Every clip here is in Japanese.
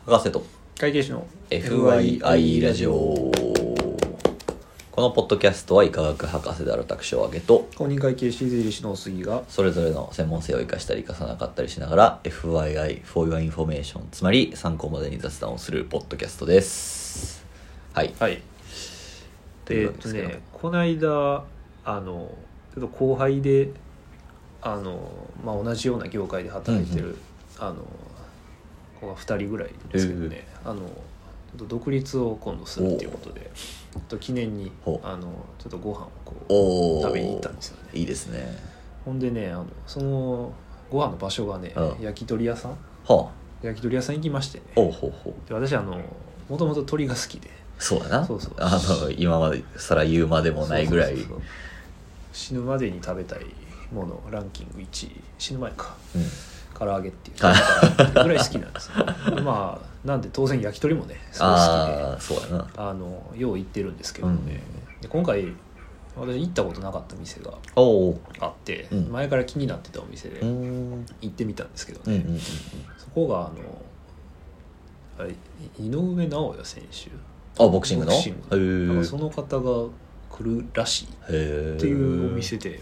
博士と会計士の FYI ラジオ。このポッドキャストは医科学博士である私を挙げと公認会計士税理士の杉がそれぞれの専門性を生かしたり生かさなかったりしながら FYI for your information つまり参考までに雑談をするポッドキャストです。はい。 はいというわけですけど、 この間ちょっと後輩で同じような業界で働いてる、この2人ぐらいですけどね、ちょっと独立を今度するっていうことでちょっと記念にちょっとご飯をこう食べに行ったんですよね。 いいですね。 ほんでねそのご飯の場所がね、焼き鳥屋さん、焼き鳥屋さん行きましてね。で私もともと鳥が好きで。 そうやな。 そう今までさら言うまでもないぐらいそう死ぬまでに食べたいものランキング1位、死ぬ前か、唐揚げっていうぐらい好きなんですよなんで当然焼き鳥もねすごい好きで、 そうやな、 よう行ってるんですけどね、で今回私行ったことなかった店があって、前から気になってたお店で行ってみたんですけどね、そこが井上尚弥選手、 ボクシングのなんかその方が来るらしいっていうお店で、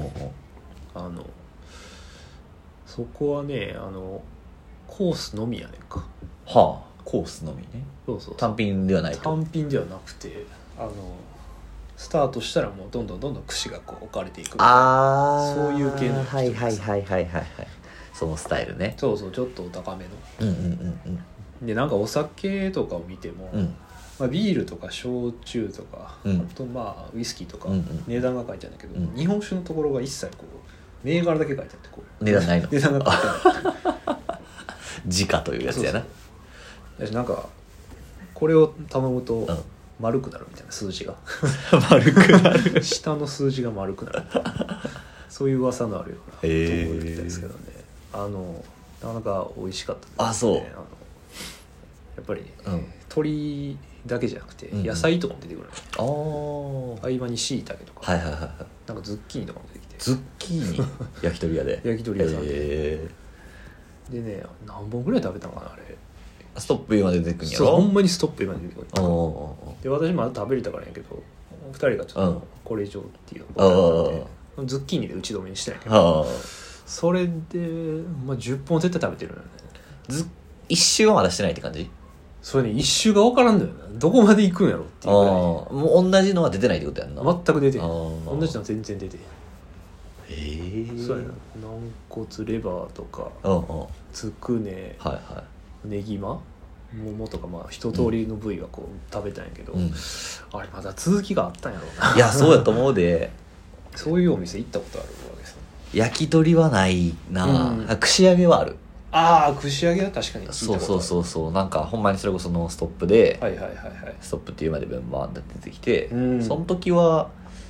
そこはねコースのみやねんか。 コースのみね。 そう単品ではないと。 単品ではなくてスタートしたらもうどんどん串がこう置かれていくみたいな、そういう系のはいそのスタイルね。 そうちょっとお高めの、でなんかお酒とかを見ても、ビールとか焼酎とか、あとウイスキーとか、値段が書いてあるんだけど、日本酒のところが一切こう銘柄だけ書いてあって値段ないの。 値段が書いてある時価というやつやな。 なんかこれを頼むと丸くなるみたいな、数字が丸くなる下の数字が丸くなるみたいなそういう噂のあるようなところですけどね、なかなか美味しかったですね。やっぱり、鶏だけじゃなくて野菜とかも出てくる、合間に椎茸とか、なんかズッキーニとかも出てきて。 ズッキーニ焼き鳥屋で焼き鳥屋さんで、でね何本ぐらい食べたのかなあれ。 ストップ今出てくるんやろ。 そうほんまにストップ今出てくる。で私まだ食べれたからやけど2人がちょっとこれ以上っていうのでズッキーニで打ち止めにしたんやけど、それで、10本絶対食べてるのよね。 一周はまだしてないって感じ。 それね一周が分からんのよな、どこまで行くんやろっていうぐらい。 もう同じのは出てないってことやんな。 全く出てない。同じのは全然出てない。そうやな、軟骨レバーとかつくね、ねぎま桃とか一通りの部位がこう食べたんやけど、あれまだ続きがあったんやろうな。 いやそうやと思うでそういうお店行ったことあるわけです。 焼き鳥はないな、串揚げはある。 串揚げは確かに聞いたことある。 そうなんかほんまにそれこそノンストップで、ストップっていうまでバーンって出てきて、その時は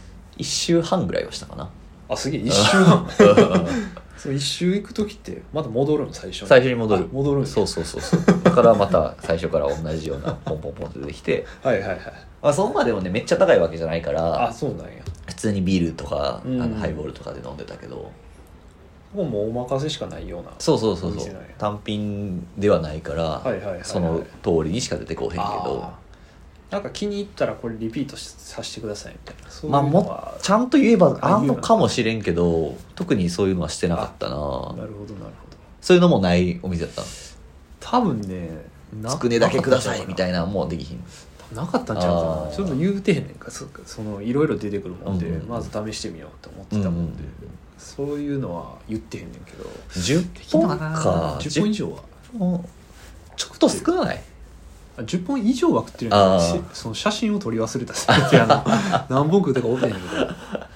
1周半ぐらいはしたかな。 すげえ1周半その1周行く時ってまた戻るの？最初に戻るんです。 そうだからまた最初から同じようなポンポンポンって出てきてそこまでもねめっちゃ高いわけじゃないから、 そうなんや。 普通にビールとかハイボールとかで飲んでたけど、 もうお任せしかないような。 そう単品ではないから、その通りにしか出てこうへんけど、 なんか気に入ったらこれリピートさせてくださいみたいな、そういうのはちゃんと言えばあんのかもしれんけど、特にそういうのはしてなかったな。 なるほどそういうのもないお店だったの。 多分ねつくねだけくださいみたいなもうできひん。 なかったんちゃうかな。ちょっと言うてへんねんか、そのいろいろ出てくるもんで、まず試してみようと思ってたもんで、そういうのは言ってへんねんけど、 10本か 10本以上はちょっと少ない。 10本以上は食ってるんで、その写真を撮り忘れたって何本食うとかおってんねんけど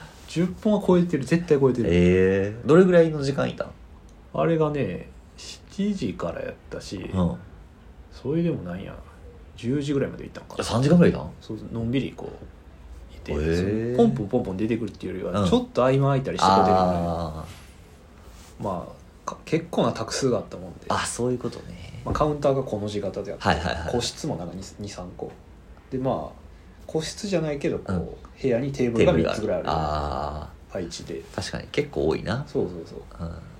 10本は超えてる、絶対超えてる。 どれぐらいの時間いた？ あれがね7時からやったし、それでもなんや10時ぐらいまで行ったのかな。 3時間ぐらいいたん？ そうのんびりこういて、ポンポン出てくるっていうよりは、ちょっと合間空いたりしてこう出てくる、結構な択数があったもんで。 そういうことね。 カウンターがこの字型であって、個室もなんか 2,3 個で、個室じゃないけどこう、部屋にテーブルが3つぐらいある配置で。 確かに結構多いな。 そう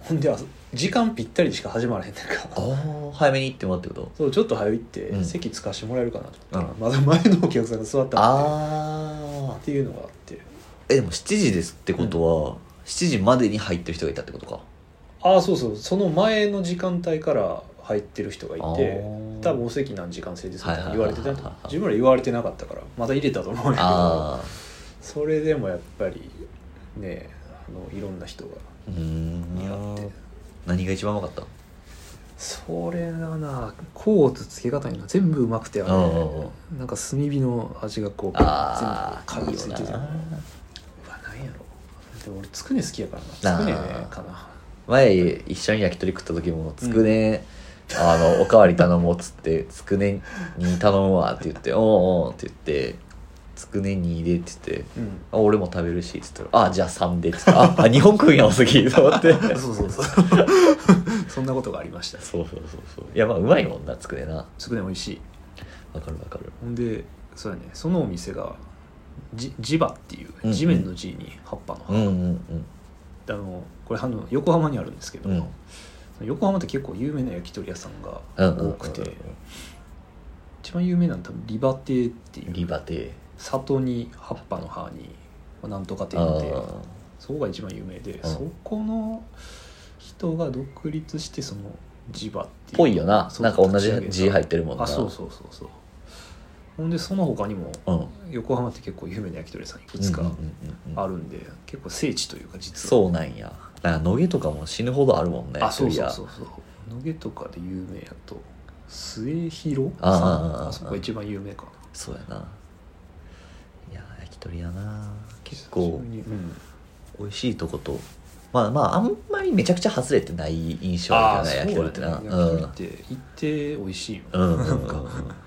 ほんで時間ぴったりしか始まらへんねんか。 早めに行ってもらってこと。 そうちょっと早行って、うん、席つかしてもらえるかなと思ったら、まだ前のお客さんが座ったんでっていうのがあって。 でも7時ですってことは、7時までに入ってる人がいたってことか。 そうそう、その前の時間帯から入ってる人がいて、多分お席何時間制ですみたいな言われてた。自分ら言われてなかったからまた入れたと思うんやけど、それでもやっぱりね、いろんな人がやって。 何が一番うまかった？ それがな、コーツつけ方に全部うまくて、なんか炭火の味がこう全部噛みついてて、うわ、なんやろ。でも俺つくね好きやからな。つくねかな。 前一緒に焼き鳥食った時もつくね、おかわり頼もうっつってつくねに頼むわって言っておーって言ってつくね2でって言って、俺も食べるしって言ったらじゃあ3でって言ったら日本食うんやおすぎと思ってそうそんなことがありました。 そういやまあうまいもんなつくねな。 つくね美味しい。 わかる。 ほんでそうやね、そのお店が地場っていう、地面の地に葉っぱの葉、これ横浜にあるんですけど、横浜って結構有名な焼き鳥屋さんが多くて、一番有名なのは多分リバテーっていう、 リバテー、 里に葉っぱの葉になんとか店ってそこが一番有名で、そこの人が独立してその地場っていうぽいよな、なんか同じ字入ってるもんな。 そうほんでその他にも、横浜って結構有名な焼き鳥屋さんいくつかあるんで、結構聖地というか実は。 そうなんや。野毛とかも死ぬほどあるもんね。 そう野毛とかで有名やと末広さん、そこが一番有名かな。 そうやな。いや焼き鳥やな、結構美味しいとこと、まああんまりめちゃくちゃ外れてない印象あるよね、焼き鳥ってな。 焼き鳥って行って美味しいよ、なんか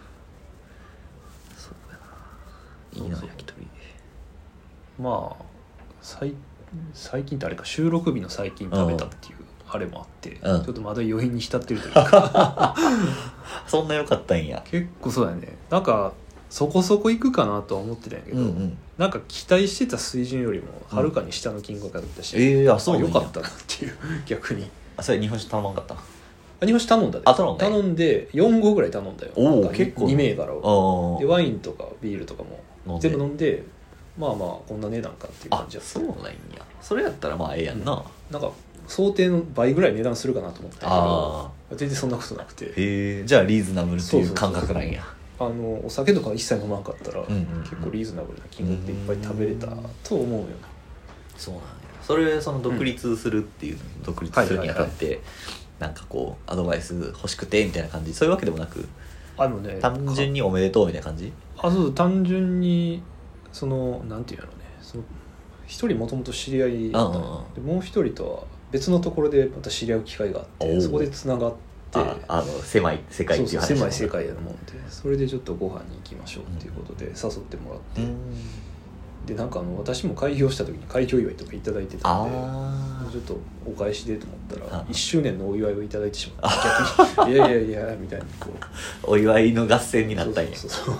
いいな焼き鳥。 まあ最近ってあれか、収録日の最近食べたっていうあれもあって、ちょっとまだ余韻に浸ってるというかそんな良かったんや。 結構そうやね、なんかそこそこ行くかなとは思ってたんやけど、なんか期待してた水準よりもはるかに下の金額だったし、 そう良かったなっていう逆に。 それ日本酒頼まんかった？ 日本酒頼んだで。頼んで4合ぐらい頼んだよ。結構2銘柄をでワインとかビールとかも全部飲んで、まあこんな値段かっていう感じだった。 そうなんや。それやったらまあええやんな。 なんか想定の倍ぐらい値段するかなと思ったけど、全然そんなことなくて。 じゃあリーズナブルっていう感覚なんや。 お酒とか一切飲まなかったら、結構リーズナブルな金額でいっぱい食べれたと思うよね。 そうなんや。その独立するっていう、独立するにあたってなんかこうアドバイス欲しくてみたいな感じ、そういうわけでもなく、単純におめでとうみたいな感じ。 そう単純になんていうのね、一人もともと知り合いだったので、もう一人とは別のところでまた知り合う機会があって、そこでつながって、 狭い世界っていう話。 狭い世界やのもんで、それでちょっとご飯に行きましょうっていうことで誘ってもらって、でなんか私も開業した時に開業祝いとかいただいてたんで、ちょっとお返しでと思ったら1周年のお祝いをいただいてしまって、逆にいやみたいにこうお祝いの合戦になったんや。 そう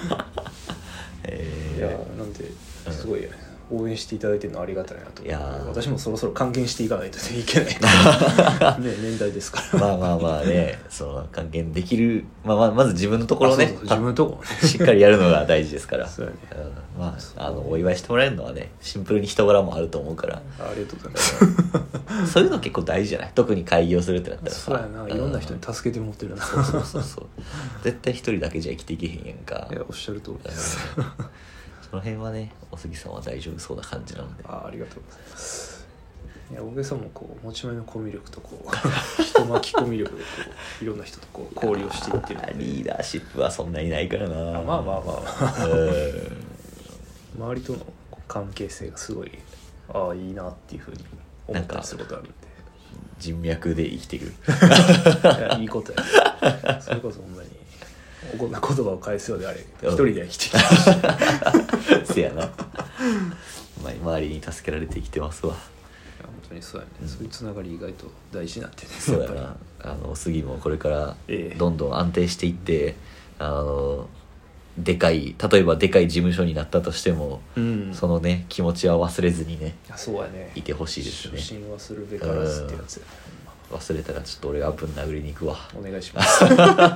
いやなんですごい応援していただいてるのはありがたいなと思って、私もそろそろ還元していかないといけないね、年代ですからまあね、還元できる、まず自分のところね、 自分のところしっかりやるのが大事ですからそうやね、 お祝いしてもらえるのはね、シンプルに人柄もあると思うから。 ありがとうございますそういうの結構大事じゃない？特に開業するってなったらさ、 そうやな、いろんな人に助けてもらってるな。 そう絶対一人だけじゃ生きていけへんやんか。 いや、おっしゃる通りです。 その辺はね、お杉さんは大丈夫そうな感じなので。 ありがとうございます。いや、大げさも持ち前のコミュ力と人巻き込み力でいろんな人と交流をしていってるので。 リーダーシップはそんなにないからな。 まあ周りとの関係性がすごいいいなっていうふうに思ったりすることあるんで、 人脈で生きてる。 いいことや。それこそほんまにこんな言葉を返すようであれ一人で生きてきたしせやな。周りに助けられて生きてますわ。 本当にそうやね、そういうつながり意外と大事になってね。 そうやな。杉もこれからどんどん安定していって、 でかい例えばでかい事務所になったとしても、 うん、 そのね気持ちは忘れずにねそうやね、 いてほしいですね。 初心はするべからずってやつや、 忘れたらちょっと俺がぶん殴りに行くわ。 お願いします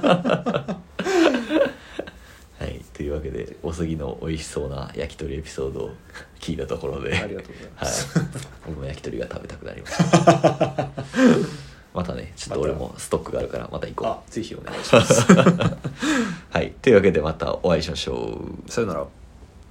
はい、というわけでおすぎの美味しそうな焼き鳥エピソードを聞いたところでありがとうございます、 はい、僕も焼き鳥が食べたくなりましたまたねちょっと俺もストックがあるからまた行こう。 ぜひお願いしますはい、というわけでまたお会いしましょう。 さよなら。